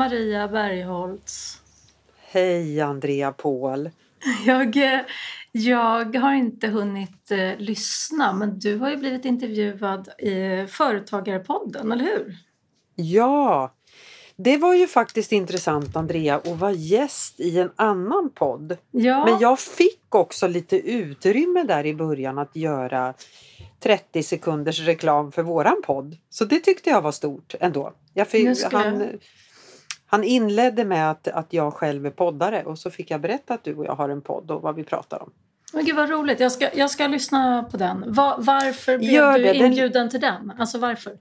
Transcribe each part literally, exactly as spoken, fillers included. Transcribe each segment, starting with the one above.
Maria Bergholtz. Hej Andrea Paul. Jag, jag har inte hunnit eh, lyssna, men du har ju blivit intervjuad i Företagarpodden, eller hur? Ja, det var ju faktiskt intressant Andrea att vara gäst i en annan podd. Ja. Men jag fick också lite utrymme där i början att göra trettio sekunders reklam för våran podd. Så det tyckte jag var stort ändå. Jag fick, han, han inledde med att, att jag själv är poddare och så fick jag berätta att du och jag har en podd och vad vi pratar om. Men gud vad roligt, jag ska, jag ska lyssna på den. Va, varför blev Gör du det, inbjuden den... till den? Alltså varför?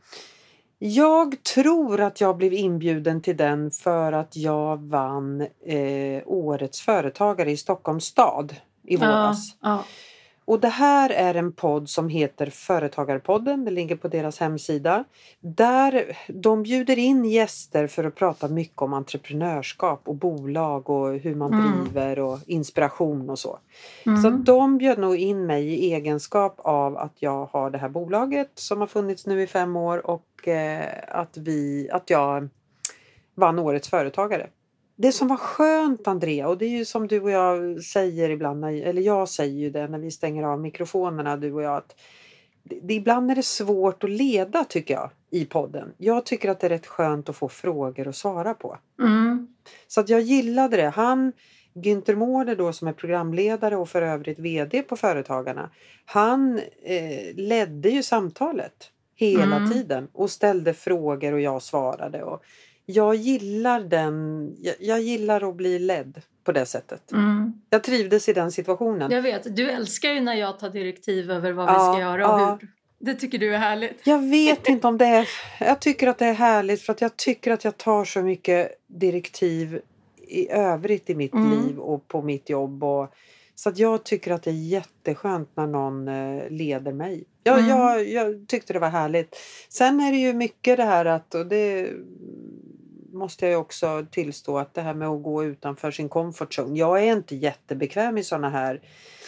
Jag tror att jag blev inbjuden till den för att jag vann eh, årets företagare i Stockholms stad i våras. Ja, ja. Och det här är en podd som heter Företagarpodden, det ligger på deras hemsida. Där de bjuder in gäster för att prata mycket om entreprenörskap och bolag och hur man mm. driver och inspiration och så. Mm. Så de bjöd nog in mig i egenskap av att jag har det här bolaget som har funnits nu i fem år och eh, att, vi, att jag vann årets företagare. Det som var skönt Andrea, och det är ju som du och jag säger ibland, eller jag säger ju det när vi stänger av mikrofonerna du och jag, att det, det, ibland är det svårt att leda tycker jag i podden. Jag tycker att det är rätt skönt att få frågor att svara på. Mm. Så att jag gillade det. Han, Günther Mårder då som är programledare och för övrigt vd på Företagarna, han eh, ledde ju samtalet hela mm. tiden och ställde frågor och jag svarade och Jag gillar den, jag, jag gillar att bli ledd på det sättet. Mm. Jag trivdes i den situationen. Jag vet, du älskar ju när jag tar direktiv över vad ja, vi ska göra och ja. hur. Det tycker du är härligt. Jag vet inte om det är, jag tycker att det är härligt för att jag tycker att jag tar så mycket direktiv i övrigt i mitt mm. liv och på mitt jobb. Och, så att jag tycker att det är jätteskönt när någon leder mig. Jag, mm. jag, jag tyckte det var härligt. Sen är det ju mycket det här att, och det måste jag ju också tillstå, att det här med att gå utanför sin comfort zone. Jag är inte jättebekväm i såna här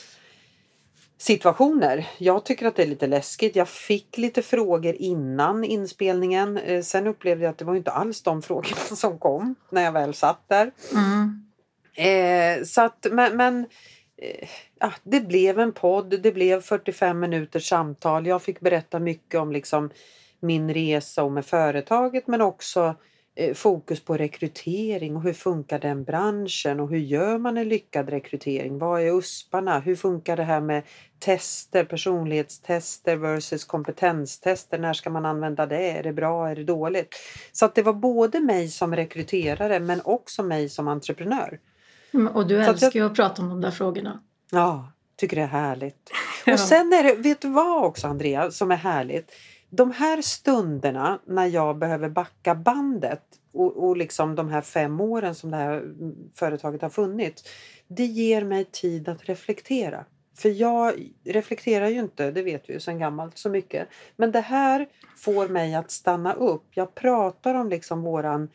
situationer. Jag tycker att det är lite läskigt. Jag fick lite frågor innan inspelningen. Sen upplevde jag att det var inte alls de frågorna som kom när jag väl satt där. Mm. Eh, så att, men... men Ja, det blev en podd, det blev fyrtiofem minuters samtal. Jag fick berätta mycket om liksom min resa och med företaget, men också eh, fokus på rekrytering och hur funkar den branschen och hur gör man en lyckad rekrytering? Vad är usparna? Hur funkar det här med tester, personlighetstester versus kompetenstester? När ska man använda det? Är det bra? Är det dåligt? Så att det var både mig som rekryterare men också mig som entreprenör. Mm, och du älskar ju att prata om de där frågorna. Ja, tycker det är härligt. Ja. Och sen är det, vet du vad också Andrea, som är härligt? De här stunderna när jag behöver backa bandet och, och liksom de här fem åren som det här företaget har funnits, det ger mig tid att reflektera. För jag reflekterar ju inte, det vet vi ju sedan gammalt så mycket. Men det här får mig att stanna upp. Jag pratar om liksom våran...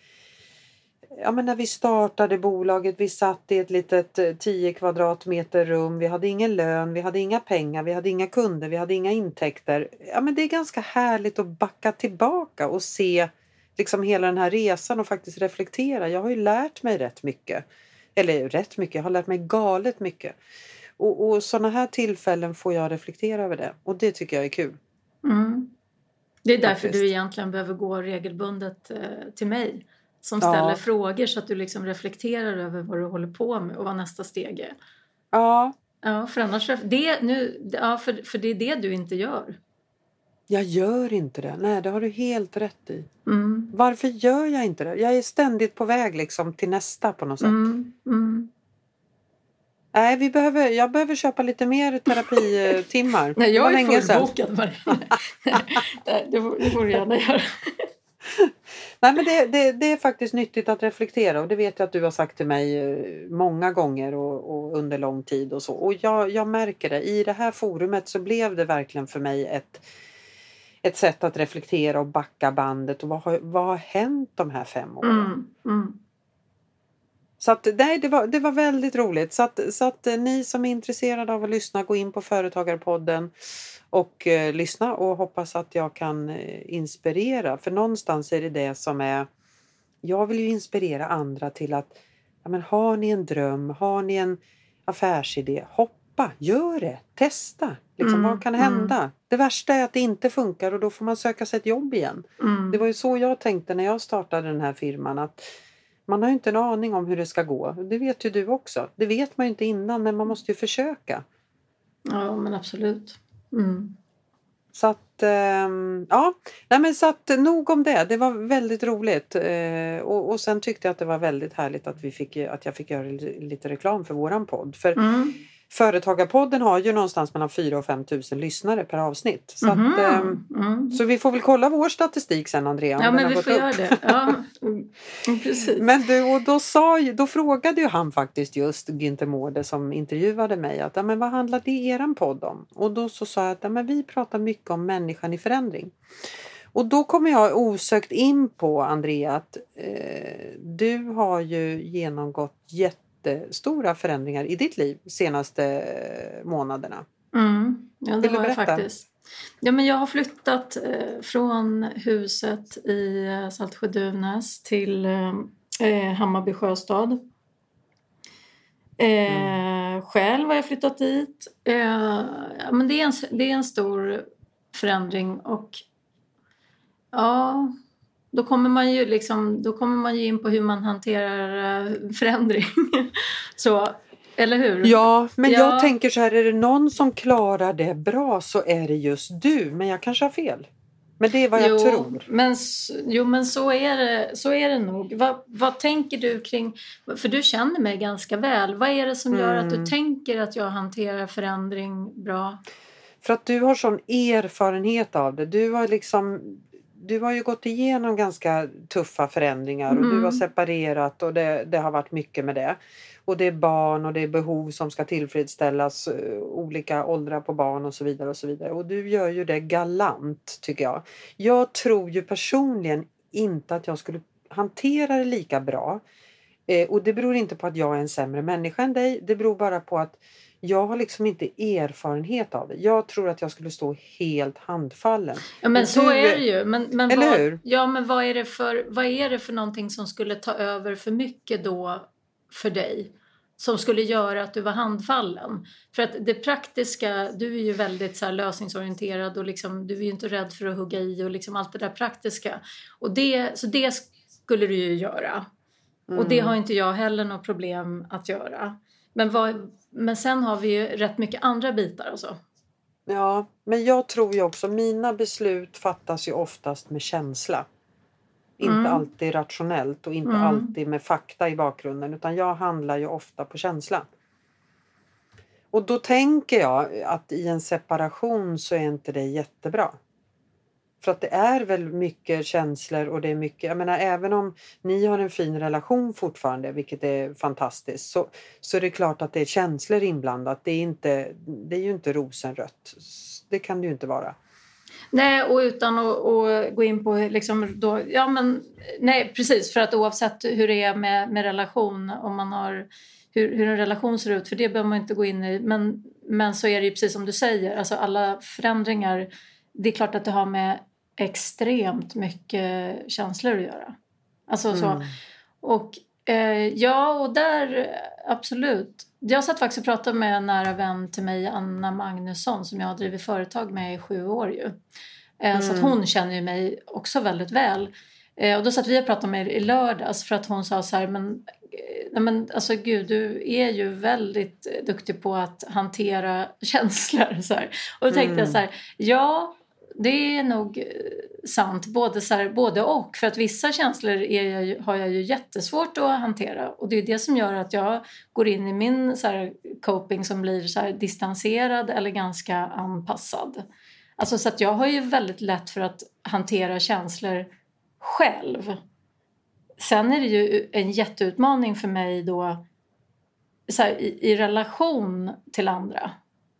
Ja, men när vi startade bolaget, vi satt i ett litet tio kvadratmeter rum. Vi hade ingen lön, vi hade inga pengar, vi hade inga kunder, vi hade inga intäkter. Ja, men det är ganska härligt att backa tillbaka och se liksom hela den här resan och faktiskt reflektera. Jag har ju lärt mig rätt mycket. Eller rätt mycket, jag har lärt mig galet mycket. Och, och sådana här tillfällen får jag reflektera över det. Och det tycker jag är kul. Mm. Det är därför faktiskt du egentligen behöver gå regelbundet eh, till mig. Som ställer ja. frågor så att du liksom reflekterar över vad du håller på med och vad nästa steg är. Ja. Ja, för annars... Det, nu, ja, för, för det är det du inte gör. Jag gör inte det. Nej, det har du helt rätt i. Mm. Varför gör jag inte det? Jag är ständigt på väg liksom till nästa på något sätt. Mm. Mm. Nej, vi behöver, jag behöver köpa lite mer terapitimmar. Nej, jag är fullbokad. det, det, får, det får du gärna göra. Nej, men det, det, det är faktiskt nyttigt att reflektera och det vet jag att du har sagt till mig många gånger och, och under lång tid och så. Och jag, jag märker det. I det här forumet så blev det verkligen för mig ett, ett sätt att reflektera och backa bandet och vad har, vad har hänt de här fem åren? Mm, mm. Så att, nej, det var, det var väldigt roligt. Så att, så att ni som är intresserade av att lyssna, gå in på Företagarpodden och eh, lyssna och hoppas att jag kan eh, inspirera. För någonstans är det det som är jag vill ju inspirera andra till att, ja, men har ni en dröm, har ni en affärsidé, hoppa, gör det, testa. Liksom, Mm, vad kan hända? mm. Det värsta är att det inte funkar och då får man söka sig ett jobb igen. Mm. Det var ju så jag tänkte när jag startade den här firman, att man har ju inte en aning om hur det ska gå. Det vet ju du också. Det vet man ju inte innan, men man måste ju försöka. Ja, men absolut. Mm. Så att, ähm, ja, nej men så att nog om det. Det var väldigt roligt. Eh, och, och sen tyckte jag att det var väldigt härligt att, vi fick, att jag fick göra lite reklam för våran podd. För Mm. Företagarpodden har ju någonstans mellan fyra och fem tusen lyssnare per avsnitt. Så, Mm-hmm. att, ähm, mm. så vi får väl kolla vår statistik sen, Andrea. Ja, men vi får upp. göra det. Ja, mm, precis. Men du, och då, sa, då frågade ju han faktiskt just Günther Mårder som intervjuade mig att, ja, men vad handlar det eran podd om? Och då så sa jag att, ja, men vi pratar mycket om människan i förändring. Och då kommer jag osökt in på, Andrea, att eh, du har ju genomgått jättestora förändringar i ditt liv senaste månaderna. Mm. Ja, det Vill du har jag berätta? faktiskt. Ja, men jag har flyttat eh, från huset i eh, Saltsjö-Duvnäs till eh, Hammarby Sjöstad. Eh, mm. Själv har jag flyttat dit. Eh, ja, men det är, en, det är en stor förändring och ja, då kommer man ju liksom, då kommer man ju in på hur man hanterar uh, förändring. Så, eller hur? Ja, men ja. jag tänker så här, är det någon som klarar det bra så är det just du. Men jag kanske har fel. Men det är vad jo, jag tror. Men, jo, men så är det, så är det nog. Vad, vad tänker du kring, för du känner mig ganska väl. Vad är det som gör mm. att du tänker att jag hanterar förändring bra? För att du har sån erfarenhet av det. Du har liksom... Du har ju gått igenom ganska tuffa förändringar och mm. du har separerat och det, det har varit mycket med det. Och det är barn och det är behov som ska tillfredsställas, olika åldrar på barn och så vidare och så vidare. Och du gör ju det galant, tycker jag. Jag tror ju personligen inte att jag skulle hantera det lika bra. Eh, och det beror inte på att jag är en sämre människa än dig. Det beror bara på att jag har liksom inte erfarenhet av det. Jag tror att jag skulle stå helt handfallen. Ja, men så du, är det ju. Men, men eller vad, hur? Ja, men vad är det för, vad är det för någonting som skulle ta över för mycket då för dig? Som skulle göra att du var handfallen? För att det praktiska, du är ju väldigt så här lösningsorienterad och liksom, du är ju inte rädd för att hugga i och liksom allt det där praktiska. Och det, så det skulle du ju göra. Mm. Och det har inte jag heller något problem att göra. Men, vad, men sen har vi ju rätt mycket andra bitar alltså. Ja, men jag tror ju också, mina beslut fattas ju oftast med känsla. Inte mm. alltid rationellt och inte mm. alltid med fakta i bakgrunden. Utan jag handlar ju ofta på känsla. Och då tänker jag att i en separation så är inte det jättebra. För att det är väl mycket känslor och det är mycket, jag menar även om ni har en fin relation fortfarande, vilket är fantastiskt, så, så är det klart att det är känslor inblandat. Det är, inte, det är ju inte rosenrött. Det kan det ju inte vara. Nej, och utan att, att gå in på liksom då, ja men nej precis, för att oavsett hur det är med, med relation, om man har hur, hur en relation ser ut, för det behöver man inte gå in i, men, men så är det ju precis som du säger, alltså alla förändringar, det är klart att det har med extremt mycket känslor att göra. Alltså så. Mm. Och eh, ja, och där absolut. Jag satt faktiskt och pratade med en nära vän till mig, Anna Magnusson, som jag har drivit företag med i sju år ju. Eh, mm. Så att hon känner ju mig också väldigt väl. Eh, och då satt vi och pratade med i lördags för att hon sa så här, men, nej men alltså gud, du är ju väldigt duktig på att hantera känslor. Så här. Och då tänkte mm. jag så här, ja, det är nog sant, både, så här, både och. För att vissa känslor är jag, har jag ju jättesvårt att hantera. Och det är det som gör att jag går in i min så här, coping som blir så här, distanserad eller ganska anpassad. Alltså så att jag har ju väldigt lätt för att hantera känslor själv. Sen är det ju en jätteutmaning för mig då så här, i, i relation till andra.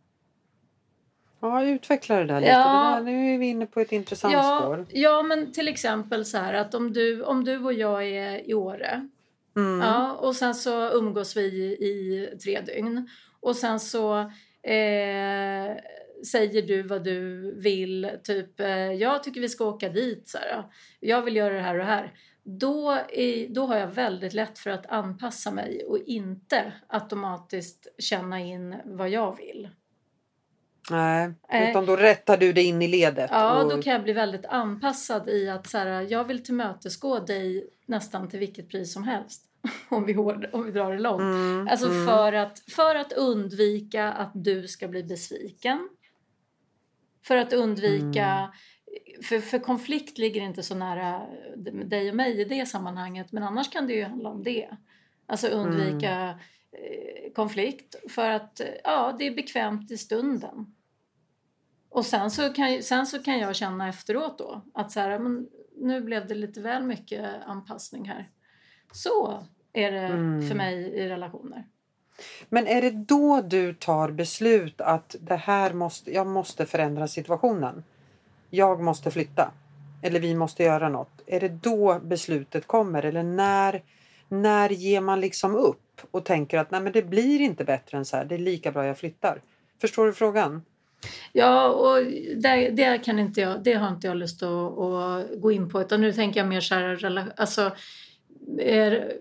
Ja, utveckla det där lite. Ja, det där, nu är vi inne på ett intressant ja, spår. Ja, men till exempel så här att om du, om du och jag är i Åre. Mm. Ja, och sen så umgås vi i tre dygn. Och sen så eh, säger du vad du vill. Typ, eh, jag tycker vi ska åka dit. Så här, jag vill göra det här och det här. då, är, då har jag väldigt lätt för att anpassa mig och inte automatiskt känna in vad jag vill. Nej, utan då rättar du det in i ledet. Ja, och... då kan jag bli väldigt anpassad i att så här, jag vill tillmötesgå dig nästan till vilket pris som helst. Om vi, hård, om vi drar det långt. Mm, alltså mm. För, att, för att undvika att du ska bli besviken. För att undvika... Mm. För, för konflikt ligger inte så nära dig och mig i det sammanhanget. Men annars kan det ju handla om det. Alltså undvika mm. eh, konflikt. För att ja, det är bekvämt i stunden. Och sen så kan, sen så kan jag känna efteråt då. Att så här, men nu blev det lite väl mycket anpassning här. Så är det mm. för mig i relationer. Men är det då du tar beslut att det här måste, jag måste förändra situationen? Jag måste flytta. Eller vi måste göra något. Är det då beslutet kommer? Eller när, när ger man liksom upp och tänker att nej, men det blir inte bättre än så här. Det är lika bra jag flyttar. Förstår du frågan? Ja, och det, det kan inte jag, det har inte jag lust att, att gå in på. Utan nu tänker jag mer så här, alltså, är,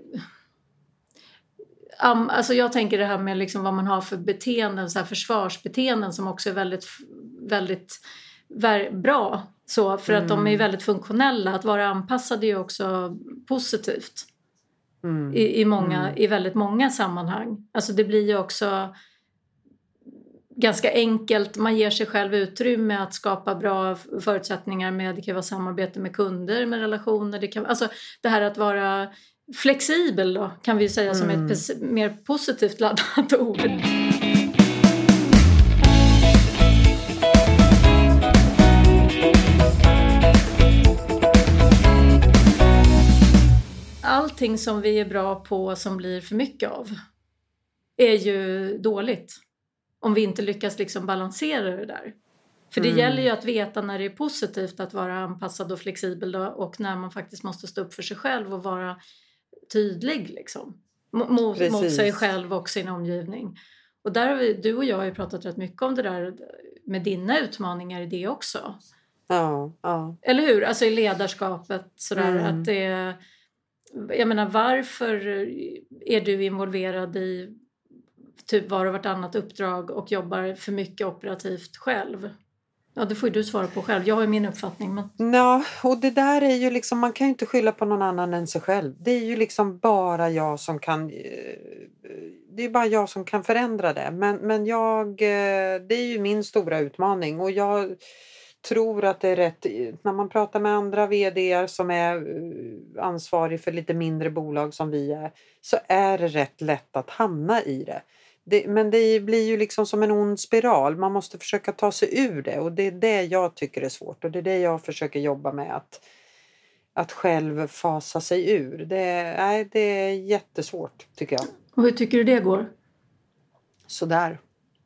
um, alltså jag tänker det här med liksom vad man har för beteenden, så här försvarsbeteenden som också är väldigt, väldigt bra. Så, för mm. att de är väldigt funktionella. Att vara anpassad är ju också positivt. Mm. I, i, många, mm. i väldigt många sammanhang. Alltså det blir ju också ganska enkelt. Man ger sig själv utrymme att skapa bra förutsättningar med, det kan vara samarbete med kunder, med relationer. Det kan, alltså det här att vara flexibel då, kan vi säga som mm. ett mer positivt laddat ord. Allting som vi är bra på som blir för mycket av är ju dåligt. Om vi inte lyckas liksom balansera det där. För det mm. gäller ju att veta när det är positivt att vara anpassad och flexibel då, och när man faktiskt måste stå upp för sig själv och vara tydlig liksom. Mot, mot sig själv och sin omgivning. Och där har vi, du och jag har ju pratat rätt mycket om det där med dina utmaningar i det också. Ja, ja. Eller hur? Alltså i ledarskapet sådär mm. att det, jag menar, varför är du involverad i typ var och vartannat uppdrag och jobbar för mycket operativt själv? Ja, det får ju du svara på själv. Jag har ju min uppfattning. Men... Ja, och det där är ju liksom, man kan ju inte skylla på någon annan än sig själv. Det är ju liksom bara jag som kan, det är bara jag som kan förändra det. Men, men jag, det är ju min stora utmaning, och jag tror att det är rätt, när man pratar med andra vd:ar som är ansvarig för lite mindre bolag som vi är, så är det rätt lätt att hamna i det. Det, men det blir ju liksom som en ond spiral. Man måste försöka ta sig ur det. Och det är det jag tycker är svårt. Och det är det jag försöker jobba med. Att, att själv fasa sig ur. Det, nej, det är jättesvårt tycker jag. Och hur tycker du det går? Sådär.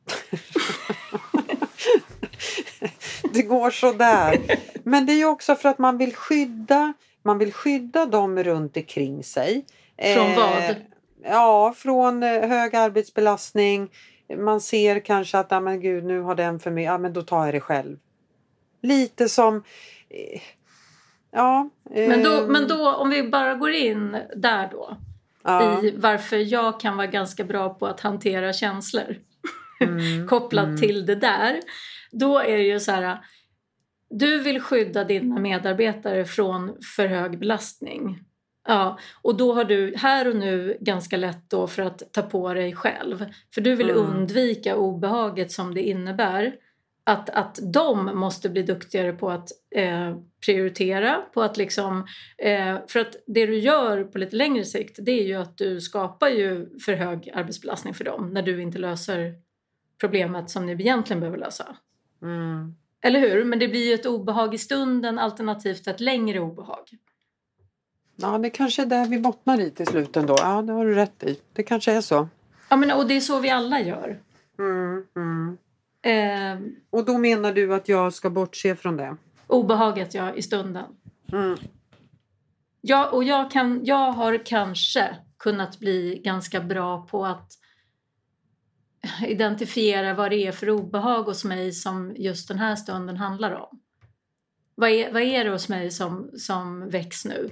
Det går sådär. Men det är ju också för att man vill skydda. Man vill skydda dem runt omkring sig. Från vad? Eh, Ja, från hög arbetsbelastning. Man ser kanske att, ja men gud, nu har den för mig. Ja, men då tar jag det själv. Lite som, ja. Men då, men då, om vi bara går in där då. Ja. I varför jag kan vara ganska bra på att hantera känslor. Mm, kopplat mm. till det där. Då är det ju så här. Du vill skydda dina medarbetare från för hög belastning. Ja, och då har du här och nu ganska lätt då för att ta på dig själv. För du vill mm. undvika obehaget som det innebär. Att, att de måste bli duktigare på att eh, prioritera. På att liksom, eh, för att det du gör på lite längre sikt, det är ju att du skapar ju för hög arbetsbelastning för dem. När du inte löser problemet som ni egentligen behöver lösa. Mm. Eller hur? Men det blir ju ett obehag i stunden, alternativt ett längre obehag. Ja, det kanske är där vi bottnar i till slut ändå. Ja, det har du rätt i. Det kanske är så. Ja, men och det är så vi alla gör. Mm, mm. Eh, och då menar du att jag ska bortse från det? Obehaget, ja, i stunden. Mm. Ja, och jag, kan, jag har kanske kunnat bli ganska bra på att identifiera vad det är för obehag hos mig som just den här stunden handlar om. Vad är, vad är det hos mig som, som väcks nu?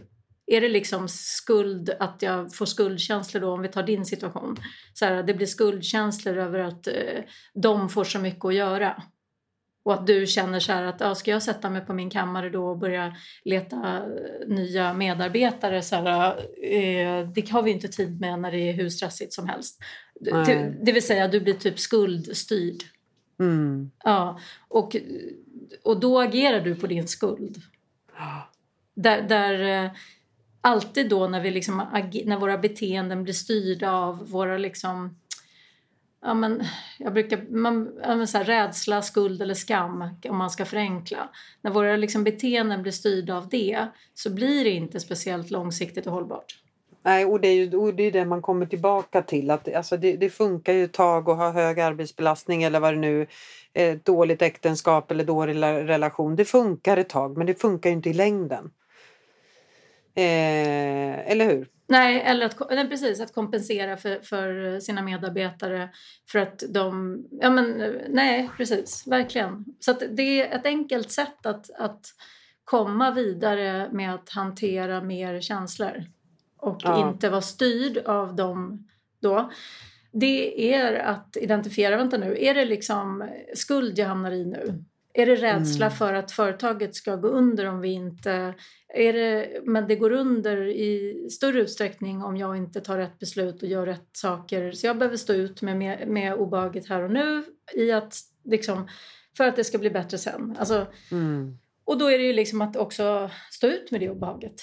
Är det liksom skuld, att jag får skuldkänslor då, om vi tar din situation. Så här, det blir skuldkänslor över att eh, de får så mycket att göra. Och att du känner så här att ja, ska jag sätta mig på min kammare då och börja leta nya medarbetare så här, eh, det har vi inte tid med när det är hur stressigt som helst. Mm. Det vill säga du blir typ skuldstyrd. Mm. Ja, och, och då agerar du på din skuld. Där, där eh, alltid då när, vi liksom, när våra beteenden blir styrda av våra liksom... Ja, men jag brukar, man, ja, så här, rädsla, skuld eller skam om man ska förenkla. När våra liksom, beteenden blir styrda av det så blir det inte speciellt långsiktigt och hållbart. Nej, och det är ju och det, är det man kommer tillbaka till. Att, alltså, det, det funkar ju ett tag att ha hög arbetsbelastning eller vad det nu är, ett dåligt äktenskap eller dålig relation. Det funkar ett tag, men det funkar ju inte i längden. Eh, eller hur? Nej, eller att, nej, precis, att kompensera för, för sina medarbetare för att de... Ja, men nej, precis, verkligen. Så att det är ett enkelt sätt att, att komma vidare med att hantera mer känslor och ja. Inte vara styrd av dem då. Det är att identifiera, vänta nu, är det liksom skuld jag hamnar i nu? Är det rädsla mm. för att företaget ska gå under om vi inte... Är det, men det går under i större utsträckning om jag inte tar rätt beslut och gör rätt saker. Så jag behöver stå ut med, med, med obehaget här och nu i att, liksom, för att det ska bli bättre sen. Alltså, mm. Och då är det ju liksom att också stå ut med det obehaget.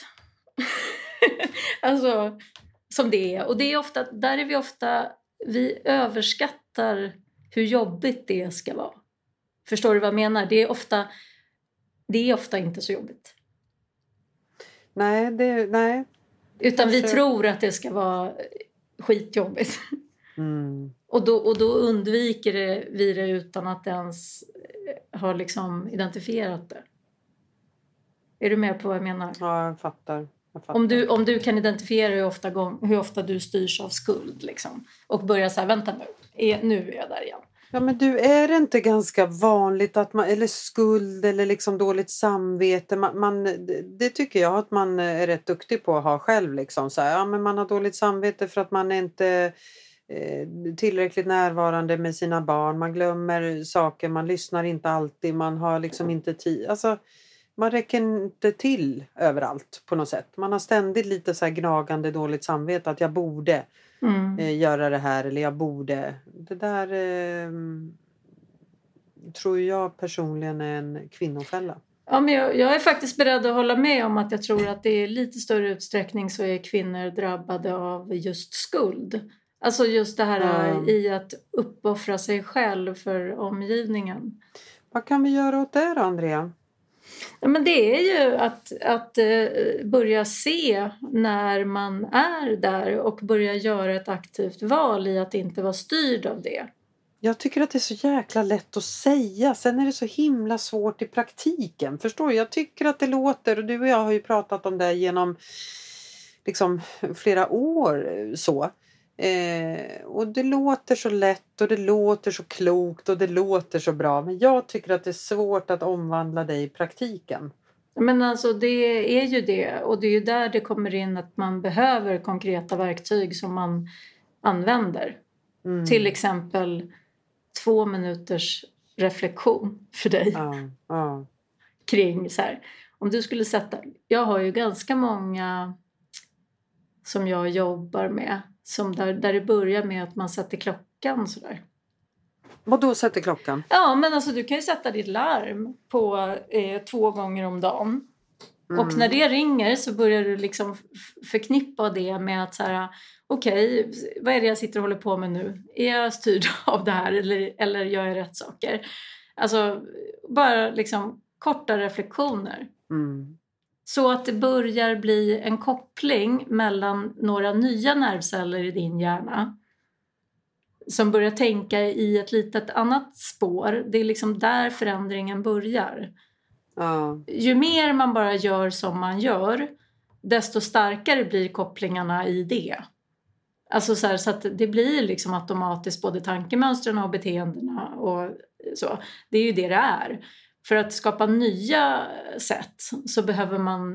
Alltså, som det är. Och det är ofta, där är vi ofta... Vi överskattar hur jobbigt det ska vara. Förstår du vad jag menar? Det är ofta, det är ofta inte så jobbigt. Nej, det, nej. Utan Kanske... vi tror att det ska vara skitjobbigt. Mm. Och, då, och då undviker det, vi det utan att ens ha liksom identifierat det. Är du med på vad jag menar? Ja, jag fattar. Jag fattar. Om, du, om du kan identifiera hur ofta, gång, hur ofta du styrs av skuld. Liksom, och börja så här, vänta nu. Är, nu är jag där igen. Ja, men du, är det inte ganska vanligt att man, eller skuld eller liksom dåligt samvete, man, man, det tycker jag att man är rätt duktig på att ha själv liksom, så här, ja, men man har dåligt samvete för att man är inte eh, tillräckligt närvarande med sina barn, man glömmer saker, man lyssnar inte alltid, man har liksom inte tid, alltså man räcker inte till överallt på något sätt, man har ständigt lite så här gnagande dåligt samvete att jag borde Mm. Eh, göra det här eller jag borde. Det där eh, tror jag personligen är en kvinnofälla. Ja, men jag, jag är faktiskt beredd att hålla med om att jag tror att det är lite större utsträckning så är kvinnor drabbade av just skuld. Alltså just det här mm. i att uppoffra sig själv för omgivningen. Vad kan vi göra åt det då, Andrea? Ja, men det är ju att, att uh, börja se när man är där och börja göra ett aktivt val i att inte vara styrd av det. Jag tycker att det är så jäkla lätt att säga. Sen är det så himla svårt i praktiken. Förstår du? Jag tycker att det låter, och du och jag har ju pratat om det genom liksom, flera år så. Eh, och det låter så lätt och det låter så klokt och det låter så bra, men jag tycker att det är svårt att omvandla det i praktiken. Men alltså det är ju det, och det är ju där det kommer in att man behöver konkreta verktyg som man använder. Mm. Till exempel två minuters reflektion för dig ja, ja. kring så här, om du skulle sätta, jag har ju ganska många som jag jobbar med som där, där det börjar med att man sätter klockan sådär. Vad då sätter klockan? Ja, men alltså du kan ju sätta ditt larm på eh, två gånger om dagen. Mm. Och när det ringer så börjar du liksom förknippa det med att så här, okej, okay, vad är det jag sitter och håller på med nu? Är jag styrd av det här eller, eller gör jag rätt saker? Alltså bara liksom korta reflektioner. Mm. Så att det börjar bli en koppling mellan några nya nervceller i din hjärna. Som börjar tänka i ett litet annat spår. Det är liksom där förändringen börjar. Ja. Ju mer man bara gör som man gör, desto starkare blir kopplingarna i det. Alltså så, här, så att det blir liksom automatiskt både tankemönstren och beteendena och så. Det är ju det det är. För att skapa nya sätt så behöver man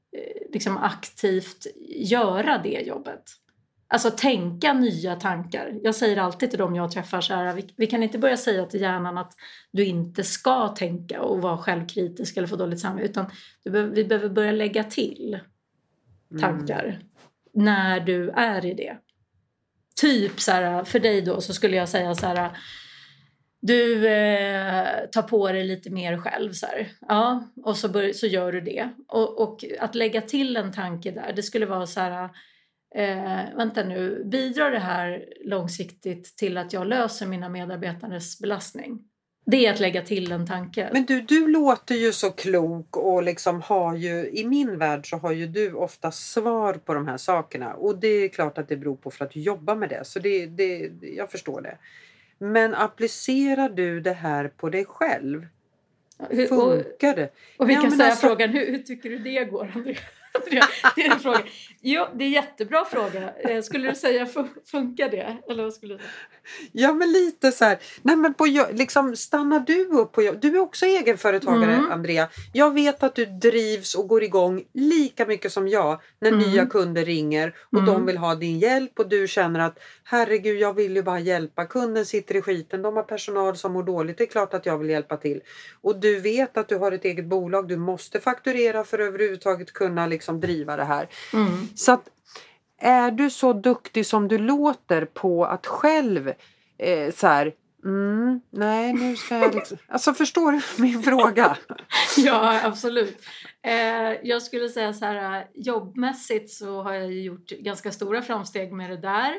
liksom aktivt göra det jobbet. Alltså tänka nya tankar. Jag säger alltid till dem jag träffar så här, vi, vi kan inte börja säga till hjärnan att du inte ska tänka och vara självkritisk eller få dåligt samvete, utan du be, vi behöver börja lägga till tankar mm. när du är i det. Typ så här, för dig då så skulle jag säga så här, du eh, tar på dig lite mer själv så här. Ja, och så, bör, så gör du det. Och, och att lägga till en tanke där, det skulle vara så här, eh, vänta nu, bidrar det här långsiktigt till att jag löser mina medarbetares belastning? Det är att lägga till en tanke. Men du, du låter ju så klok och liksom har ju, i min värld så har ju du ofta svar på de här sakerna. Och det är klart att det beror på för att du jobbar med det. Så det, det, jag förstår det. Men applicerar du det här på dig själv? Hur, Funkar det? Och, och vi ja, kan säga alltså... frågan, hur, hur tycker du det går, Andrea? Det är en fråga. Jo, det är en jättebra fråga. Skulle du säga funkar det? Eller vad skulle du säga? Ja, men lite så här. Nej, men på, liksom, stannar du upp på jobb? Du är också egenföretagare, mm. Andrea. Jag vet att du drivs och går igång lika mycket som jag när mm. nya kunder ringer och mm. de vill ha din hjälp och du känner att herregud, jag vill ju bara hjälpa. Kunden sitter i skiten, de har personal som mår dåligt. Det är klart att jag vill hjälpa till. Och du vet att du har ett eget bolag. Du måste fakturera för att överhuvudtaget kunna liksom driva det här. Mm. Så att är du så duktig som du låter på att själv eh, så här, mm, nej nu ska jag liksom, alltså förstår du min fråga? Ja, absolut. Eh, jag skulle säga så här, jobbmässigt så har jag gjort ganska stora framsteg med det där.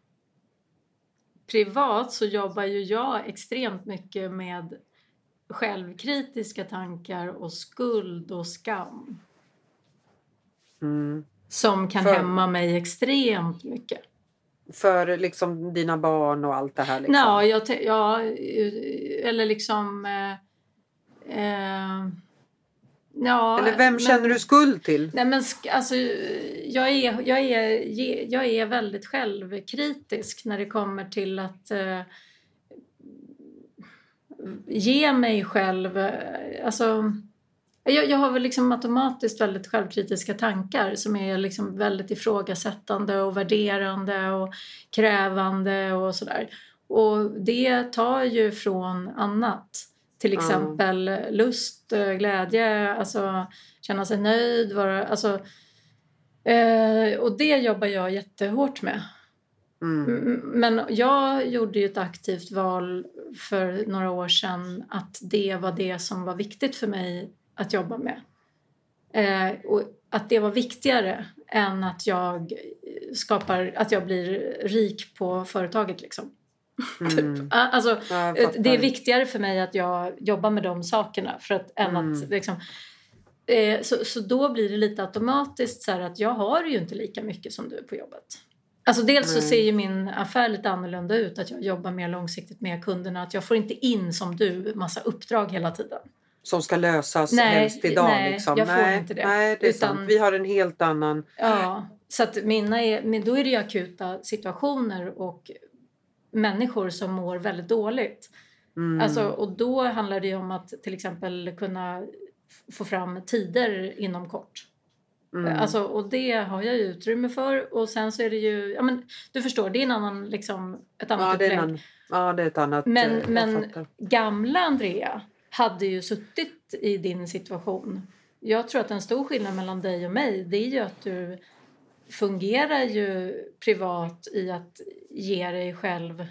Privat så jobbar ju jag extremt mycket med självkritiska tankar och skuld och skam. Mm. Som kan för, hämma mig extremt mycket. För liksom dina barn och allt det här liksom? Ja, jag te- ja eller liksom... Eh, eh, ja, eller vem men, känner du skuld till? Nej, men alltså, jag, är, jag, är, jag är väldigt självkritisk när det kommer till att eh, ge mig själv... Alltså... Jag, jag har väl liksom automatiskt väldigt självkritiska tankar som är liksom väldigt ifrågasättande och värderande och krävande och sådär. Och det tar ju från annat. Till exempel mm. lust, glädje, alltså känna sig nöjd. Vara, alltså, eh, och det jobbar jag jättehårt med. Mm. Men jag gjorde ju ett aktivt val för några år sedan att det var det som var viktigt för mig att jobba med. Eh, och att det var viktigare än att jag skapar, att jag blir rik på företaget liksom. Mm. Alltså, det är viktigare för mig att jag jobbar med de sakerna för att, än mm. att liksom, eh, så, så då blir det lite automatiskt så här att jag har ju inte lika mycket som du på jobbet. Alltså dels så ser ju min affär lite annorlunda ut, att jag jobbar mer långsiktigt med kunderna, att jag får inte in som du massa uppdrag hela tiden. Som ska lösas nej, helst idag. Nej, liksom. jag får nej, inte det. Nej, det är Utan, sant. Vi har en helt annan... Ja, så att mina är, men då är det ju akuta situationer och människor som mår väldigt dåligt. Mm. Alltså, och då handlar det ju om att till exempel kunna få fram tider inom kort. Mm. Alltså, och det har jag ju utrymme för. Och sen så är det ju... Ja, men, du förstår, det är en annan, liksom, ett annat ja, upplägg. Det är en, ja, det är ett annat... Men, men gamla Andrea hade ju suttit i din situation. Jag tror att en stor skillnad mellan dig och mig, det är ju att du fungerar ju privat i att ge dig själv...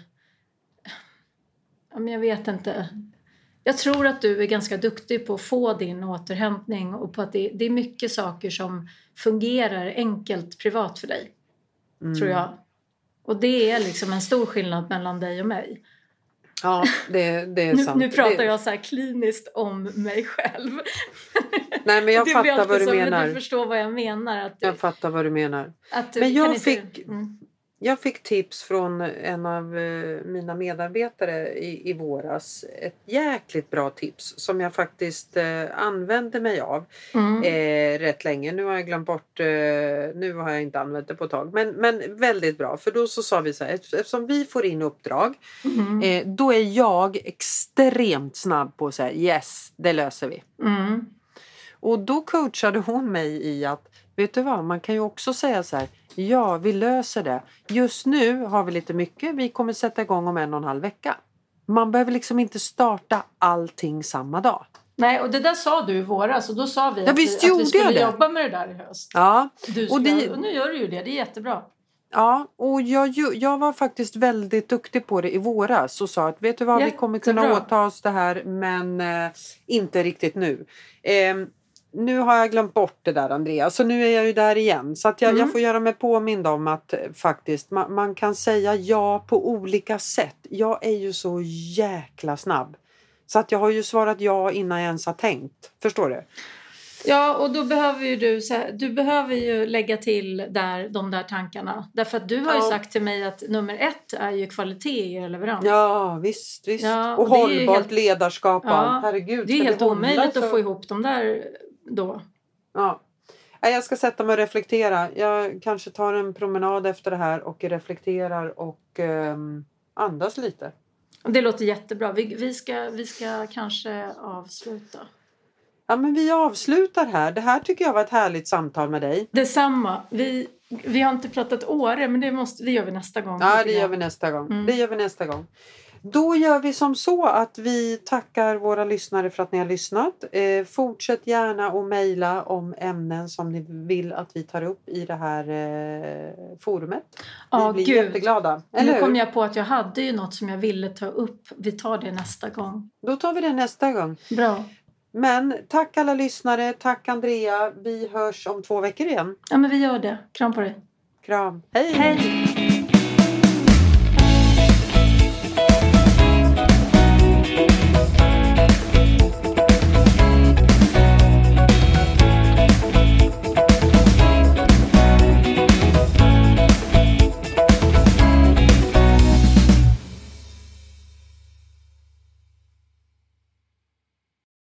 Ja, men jag vet inte. Jag tror att du är ganska duktig på att få din återhämtning och på att det, det är mycket saker som fungerar enkelt privat för dig. Mm. Tror jag. Och det är liksom en stor skillnad mellan dig och mig. Ja, det, det är nu, sant. Nu pratar det... jag så här kliniskt om mig själv. Nej, men jag fattar vad du så, menar. Men du förstår vad jag menar. Att du, jag fattar vad du menar. Att du, men jag inte... fick... Mm. Jag fick tips från en av mina medarbetare i, i våras. Ett jäkligt bra tips som jag faktiskt eh, använde mig av mm. eh, rätt länge. Nu har jag glömt bort, eh, nu har jag inte använt det på ett tag. Men, men väldigt bra, för då så sa vi så här, eftersom vi får in uppdrag, mm. eh, då är jag extremt snabb på att säga yes, det löser vi. Mm. Och då coachade hon mig i att, vet du vad, man kan ju också säga så här, ja vi löser det. Just nu har vi lite mycket, vi kommer sätta igång om en och en halv vecka. Man behöver liksom inte starta allting samma dag. Nej, och det där sa du i våras och då sa vi ja, att, vi, att vi skulle jobba med det där i höst. Ja. Du ska, och, det, och nu gör du ju det, det är jättebra. Ja, och jag, jag var faktiskt väldigt duktig på det i våras och sa att vet du vad, jättebra. Vi kommer kunna åta oss det här men eh, inte riktigt nu. Eh, nu har jag glömt bort det där, Andrea, så nu är jag ju där igen. Så att jag, mm. jag får göra mig påmind om att eh, faktiskt man, man kan säga ja på olika sätt. Jag är ju så jäkla snabb. Så att jag har ju svarat ja innan jag ens har tänkt. Förstår du? Ja, och då behöver ju du, du behöver ju lägga till där, de där tankarna. Därför att du har ju ja. sagt till mig att nummer ett är ju kvalitet i er leverans. Ja, visst, visst. Ja, och och hållbart helt, ledarskap. Ja, herregud. Det är helt omöjligt så... att få ihop dem där då. Ja. Jag ska sätta mig och reflektera. Jag kanske tar en promenad efter det här och reflekterar och um, andas lite. Det låter jättebra. Vi, vi, ska, vi ska kanske avsluta. Ja, men vi avslutar här. Det här tycker jag var ett härligt samtal med dig. Detsamma. Vi, vi har inte pratat Åre, men det, måste, det gör vi nästa gång. Ja, det gör vi nästa gång. Mm. Det gör vi nästa gång. Då gör vi som så att vi tackar våra lyssnare för att ni har lyssnat. Eh, fortsätt gärna att mejla om ämnen som ni vill att vi tar upp i det här eh, forumet. Ja, vi blir Gud. jätteglada. Eller nu kom hur? jag på att jag hade ju något som jag ville ta upp. Vi tar det nästa gång. Då tar vi det nästa gång. Bra. Men tack alla lyssnare. Tack Andrea. Vi hörs om två veckor igen. Ja, men vi gör det. Kram på dig. Kram. Hej. Hej.